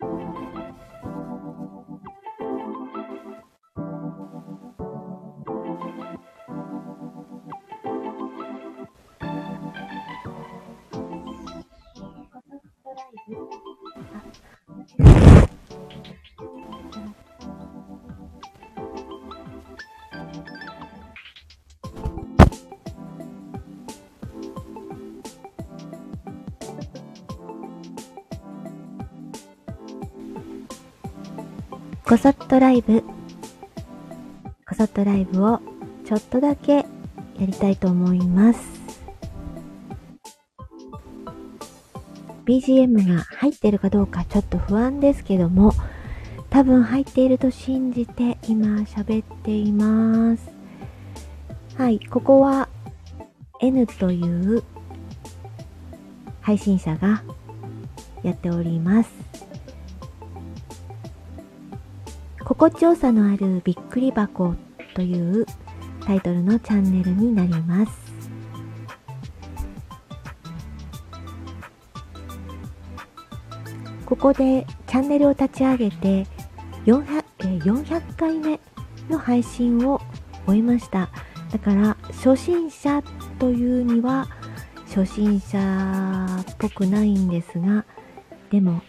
こそっとライブをちょっとだけやりたいと思います。BGM が入っているかどうかちょっと不安ですけども、多分入っていると信じて今喋っています。はい、ここは N という配信者がやっております。心地よさのあるびっくり箱というタイトルのチャンネルになります。ここでチャンネルを立ち上げて400回目の配信を終えました。だから初心者というには初心者っぽくないんですが、でも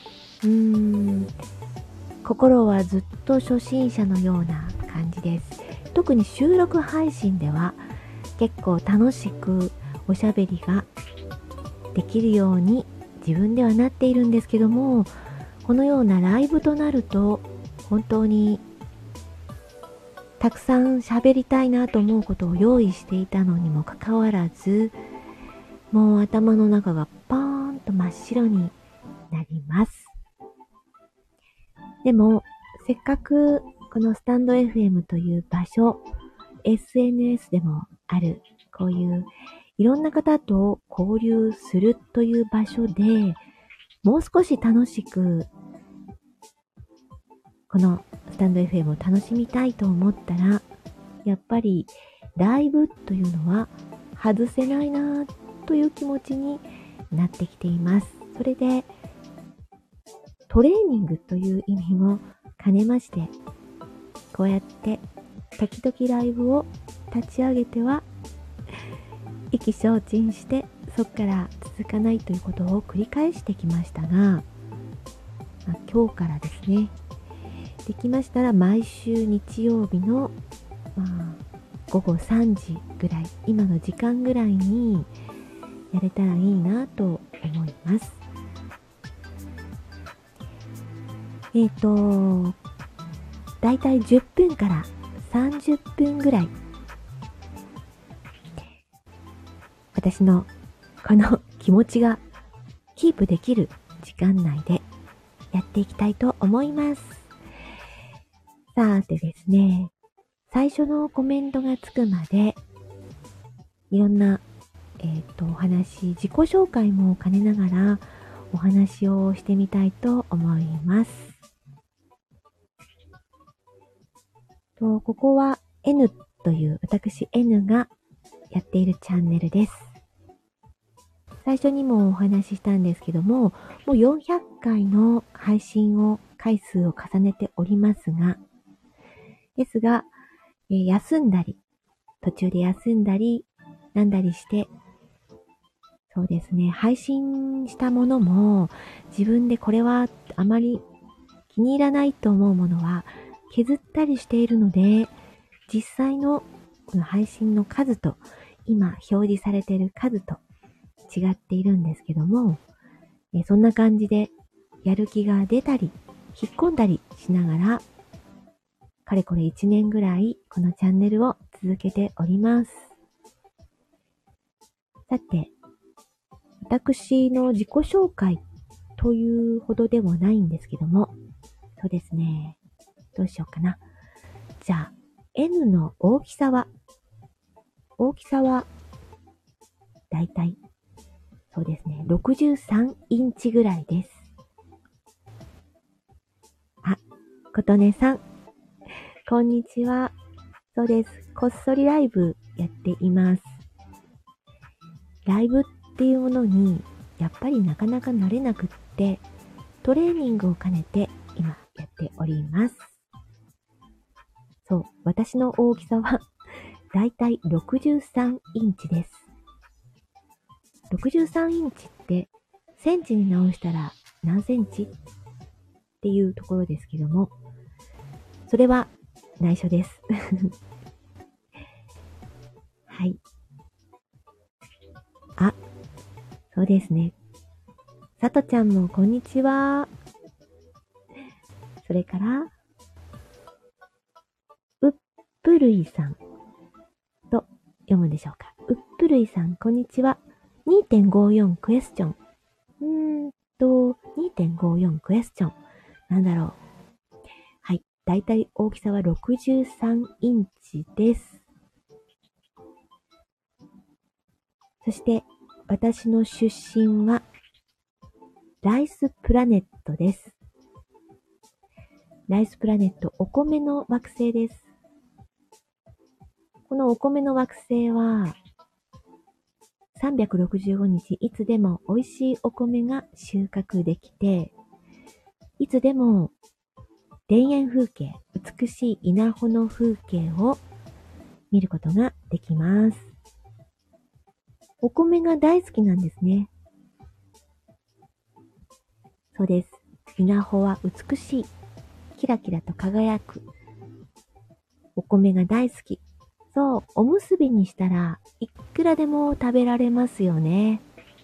心はずっと初心者のような感じです。特に収録配信では結構楽しくおしゃべりができるように自分ではなっているんですけども、このようなライブとなると本当にたくさん喋りたいなと思うことを用意していたのにもかかわらず、もう頭の中がパーンと真っ白になります。でもせっかくこのスタンド FM という場所、SNS でもあるこういういろんな方と交流するという場所で、もう少し楽しくこのスタンド FM を楽しみたいと思ったら、やっぱりライブというのは外せないなという気持ちになってきています。それでトレーニングという意味も兼ねまして、こうやって時々ライブを立ち上げては意気消沈してそこから続かないということを繰り返してきましたが、今日からですね、できましたら毎週日曜日の、午後3時ぐらい、今の時間ぐらいにやれたらいいなと思います。だいたい10分から30分ぐらい、私のこの気持ちがキープできる時間内でやっていきたいと思います。さてですね、最初のコメントがつくまでいろんな、お話、自己紹介も兼ねながらお話をしてみたいと思います。ここは N という私 N がやっているチャンネルです。最初にもお話ししたんですけども、もう400回の配信回数を重ねておりますが、ですが、休んだり、途中で休んだり、なんだりして、そうですね、配信したものも、自分でこれはあまり気に入らないと思うものは削ったりしているので、実際のこの配信の数と、今表示されている数と違っているんですけども、そんな感じでやる気が出たり、引っ込んだりしながら、かれこれ1年ぐらいこのチャンネルを続けております。さて、私の自己紹介というほどでもないんですけども、そうですね、どうしようかな。じゃあ N の大きさはだいたいそうですね、63インチぐらいです。琴音さん、こんにちは。そうです。こっそりライブやっています。ライブっていうものにやっぱりなかなか慣れなくって、 トレーニングを兼ねて今やっております。そう、私の大きさはだいたい63インチです。63インチってセンチに直したら何センチっていうところですけども、それは内緒です。はい。あ、そうですね。さとちゃんもこんにちは。それから、うっぷるいさんと読むでしょうか。うっぷるいさん、こんにちは。2.54 クエスチョン。2.54 クエスチョン。なんだろう。はい。だいたい大きさは63インチです。そして、私の出身は、ライスプラネットです。ライスプラネット、お米の惑星です。このお米の惑星は、365日いつでも美味しいお米が収穫できて、いつでも田園風景、美しい稲穂の風景を見ることができます。お米が大好きなんですね。そうです。稲穂は美しい。キラキラと輝く。お米が大好き。そう、おむすびにしたらいくらでも食べられますよね。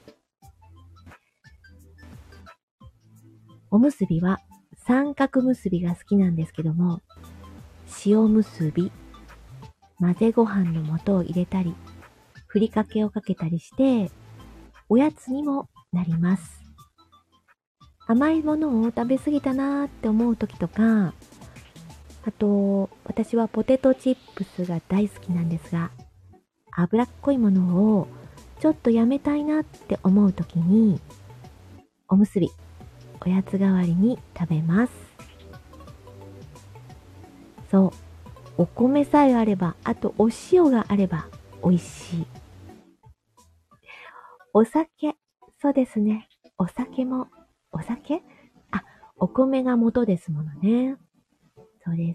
おむすびは三角結びが好きなんですけども、塩結び、混ぜご飯の素を入れたり、ふりかけをかけたりして、おやつにもなります。甘いものを食べ過ぎたなーって思う時とか、あと、私はポテトチップスが大好きなんですが、脂っこいものをちょっとやめたいなって思う時に、おむすび、おやつ代わりに食べます。そう。お米さえあれば、あとお塩があれば美味しい。お酒、そうですね。お酒も、お酒？あ、お米が元ですものね。そうです。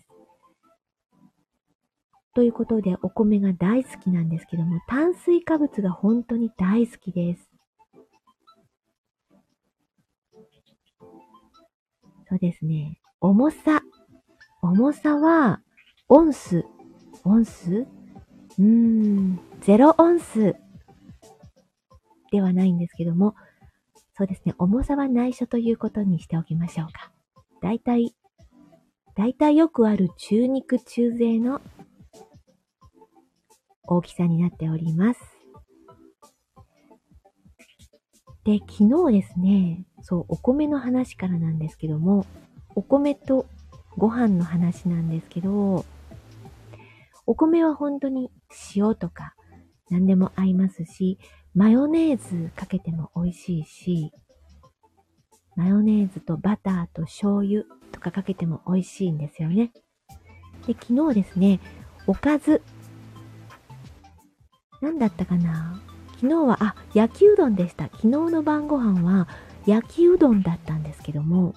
ということで、お米が大好きなんですけども、炭水化物が本当に大好きです。そうですね。重さは、オンス、0オンスではないんですけども、そうですね。重さは内緒ということにしておきましょうか。だいたいよくある中肉中背の大きさになっております。で、昨日ですね、そう、お米の話からなんですけども、お米とご飯の話なんですけど、お米は本当に塩とか何でも合いますし、マヨネーズかけても美味しいし、マヨネーズとバターと醤油とかかけても美味しいんですよね。で、昨日ですね、おかず、何だったかな？昨日は、焼きうどんでした。昨日の晩ご飯は焼きうどんだったんですけども、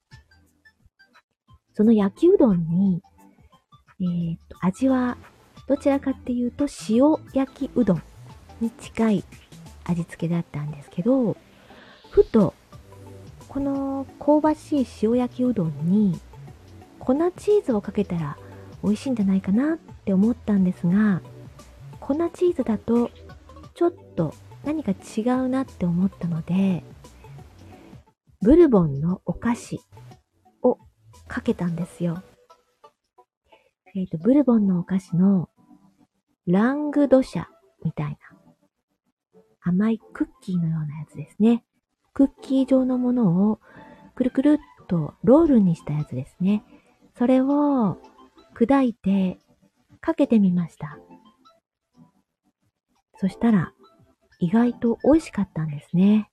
その焼きうどんに、味はどちらかっていうと塩焼きうどんに近い味付けだったんですけど、ふとこの香ばしい塩焼きうどんに粉チーズをかけたら美味しいんじゃないかなって思ったんですが、粉チーズだとちょっと何か違うなって思ったので、ブルボンのお菓子をかけたんですよ。ブルボンのお菓子のラングドシャみたいな甘いクッキーのようなやつですね。クッキー状のものをくるくるっとロールにしたやつですね。それを砕いてかけてみました。そしたら意外と美味しかったんですね。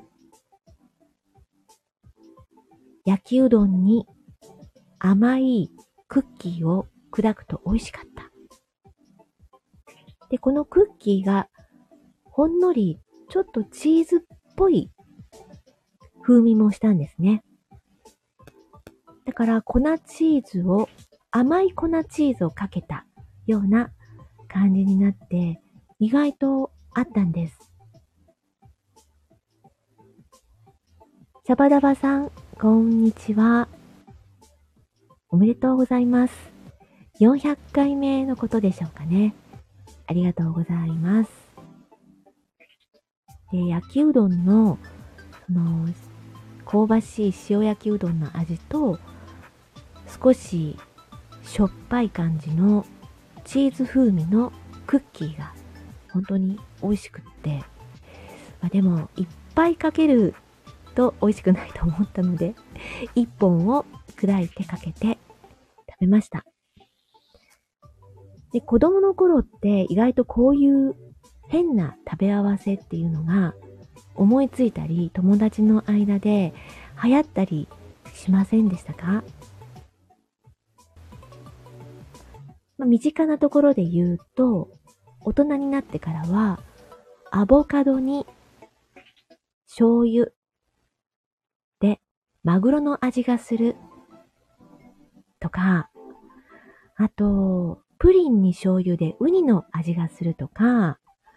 焼きうどんに甘いクッキーを砕くと美味しかった。で、このクッキーがほんのりちょっとチーズっぽい風味もしたんですね。 だから甘い粉チーズをかけたような感じになって、意外とあったんです。シャバダバさん、こんにちは。おめでとうございます。400回目のことでしょうかね。ありがとうございます。で、焼きうどんの、香ばしい塩焼きうどんの味と、少ししょっぱい感じのチーズ風味のクッキーが本当に美味しくって、でもいっぱいかけると美味しくないと思ったので、1本を砕いてかけて食べました。で、子供の頃って意外とこういう変な食べ合わせっていうのが思いついたり、友達の間で流行ったりしませんでしたか？身近なところで言うと、大人になってからは、アボカドに醤油でマグロの味がするとか、あと、プリンに醤油でウニの味がするとか、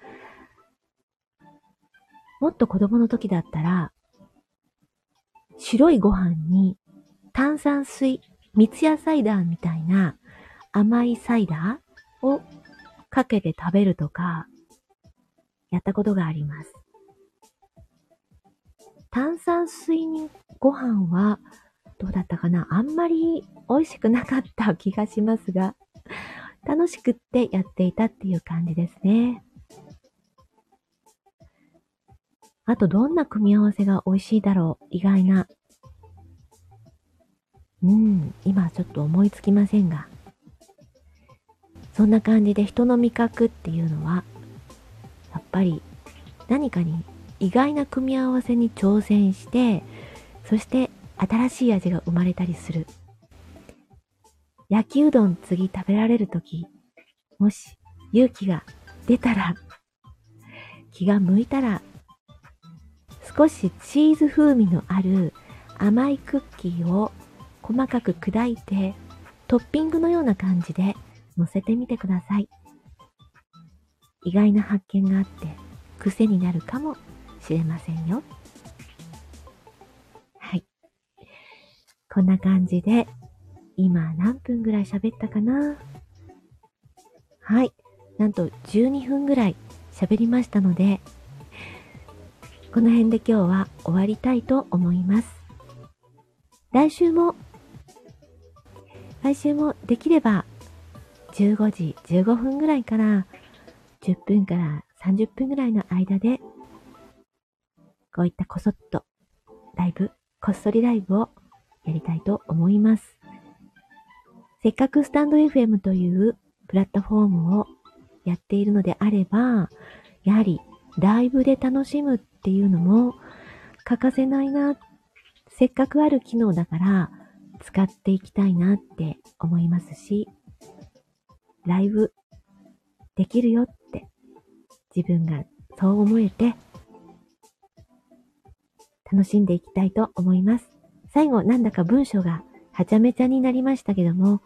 もっと子供の時だったら、白いご飯に炭酸水、三ツ矢サイダーみたいな甘いサイダーをかけて食べるとか、やったことがあります。炭酸水にご飯はどうだったかな？あんまり美味しくなかった気がしますが、楽しくってやっていたっていう感じですね。あとどんな組み合わせが美味しいだろう？意外な。今ちょっと思いつきませんが。そんな感じで人の味覚っていうのは、やっぱり何かに意外な組み合わせに挑戦して、そして新しい味が生まれたりする。焼きうどん次食べられるとき、もし勇気が出たら、気が向いたら、少しチーズ風味のある甘いクッキーを細かく砕いて、トッピングのような感じで乗せてみてください。意外な発見があって癖になるかもしれませんよ。はい。こんな感じで今何分ぐらい喋ったかな？はい。なんと12分ぐらい喋りましたので、この辺で今日は終わりたいと思います。来週もできれば15時15分ぐらいから10分から30分ぐらいの間でこういったこっそりライブをやりたいと思います。せっかくスタンド FM というプラットフォームをやっているのであれば、やはりライブで楽しむっていうのも欠かせないな。せっかくある機能だから使っていきたいなって思いますし、ライブできるよって自分がそう思えて楽しんでいきたいと思います。最後なんだか文章がはちゃめちゃになりましたけども、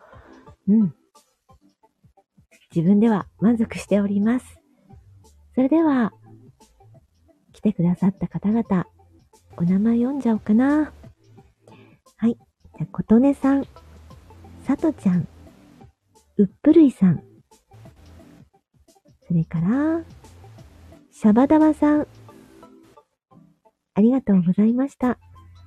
自分では満足しております。それでは来てくださった方々、お名前読んじゃおうかな。はい。じゃことねさん、さとちゃん、うっぷるいさん、それから、シャバダバさん、ありがとうございました。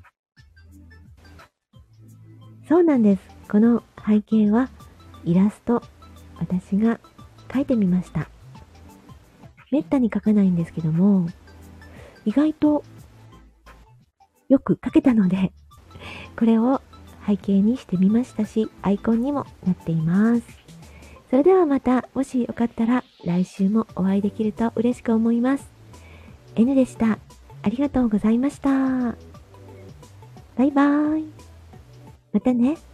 そうなんです。この背景はイラスト、私が描いてみました。めったに描かないんですけども、意外とよく描けたので、これを背景にしてみましたし、アイコンにもなっています。それではまた、もしよかったら来週もお会いできると嬉しく思います。N でした。ありがとうございました。バイバーイ。またね。